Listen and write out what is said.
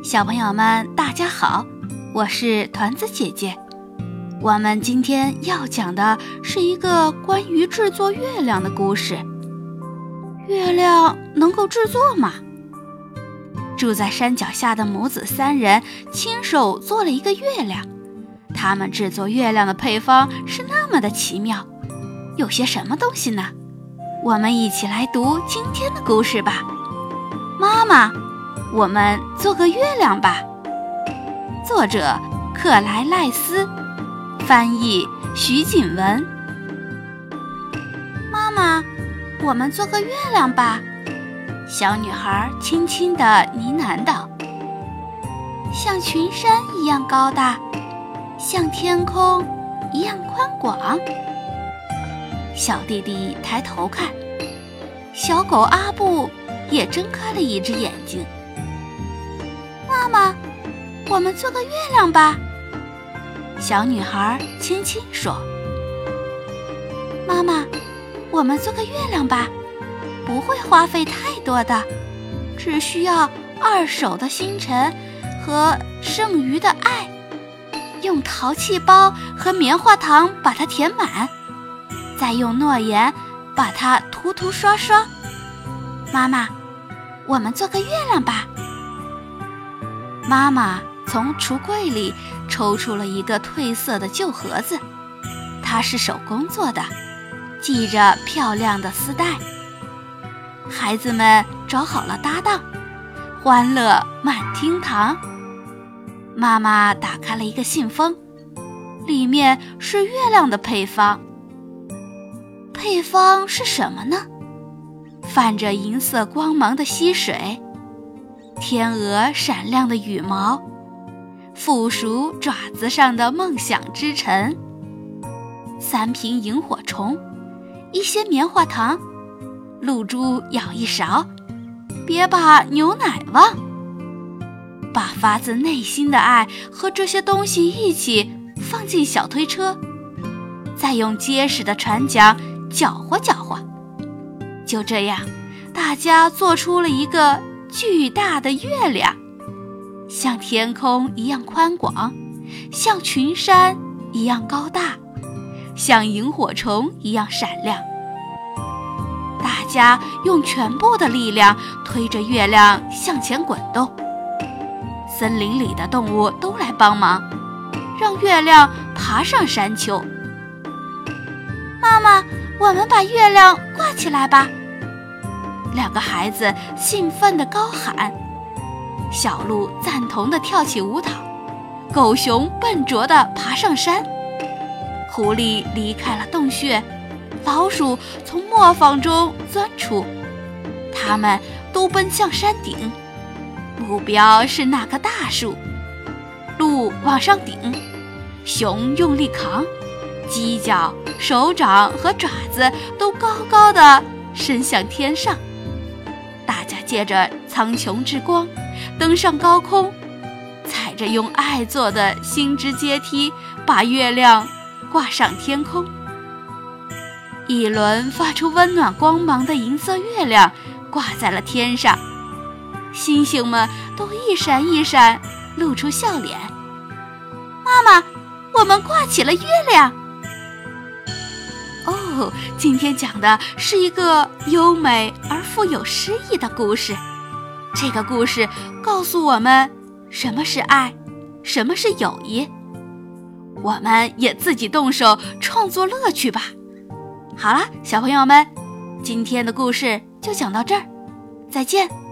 小朋友们大家好，我是团子姐姐。我们今天要讲的是一个关于制作月亮的故事。月亮能够制作吗？住在山脚下的母子三人亲手做了一个月亮，他们制作月亮的配方是那么的奇妙，有些什么东西呢？我们一起来读今天的故事吧。妈妈，我们做个月亮吧。作者克莱赖斯，翻译徐锦文。妈妈，我们做个月亮吧。小女孩轻轻地呢喃道，像群山一样高大，像天空一样宽广。小弟弟抬头看，小狗阿布也睁开了一只眼睛。妈妈，我们做个月亮吧。小女孩轻轻说，妈妈，我们做个月亮吧，不会花费太多的，只需要2手的星辰和剩余的爱，用陶器包和棉花糖把它填满，再用诺言把它涂涂刷刷。妈妈，我们做个月亮吧。妈妈从橱柜里抽出了一个褪色的旧盒子，它是手工做的，系着漂亮的丝带。孩子们找好了搭档，欢乐满厅堂。妈妈打开了一个信封，里面是月亮的配方。配方是什么呢？泛着银色光芒的溪水，天鹅闪亮的羽毛，负鼠爪子上的梦想之尘，3瓶萤火虫，一些棉花糖，露珠舀一勺，别把牛奶忘。把发自内心的爱和这些东西一起放进小推车，再用结实的船桨搅和搅和。就这样，大家做出了一个巨大的月亮，像天空一样宽广，像群山一样高大，像萤火虫一样闪亮。大家用全部的力量推着月亮向前滚动，森林里的动物都来帮忙，让月亮爬上山丘。妈妈，我们把月亮挂起来吧。2个孩子兴奋地高喊，小鹿赞同地跳起舞蹈，狗熊笨拙地爬上山，狐狸离开了洞穴，老鼠从磨坊中钻出，它们都奔向山顶，目标是那棵大树。鹿往上顶，熊用力扛，犄角、手掌和爪子都高高地伸向天上。大家借着苍穹之光登上高空，踩着用爱做的星之阶梯，把月亮挂上天空。一轮发出温暖光芒的银色月亮挂在了天上，星星们都一闪一闪露出笑脸。妈妈，我们挂起了月亮。哦，今天讲的是一个优美而富有诗意的故事。这个故事告诉我们什么是爱，什么是友谊。我们也自己动手创作乐趣吧。好了，小朋友们，今天的故事就讲到这儿，再见。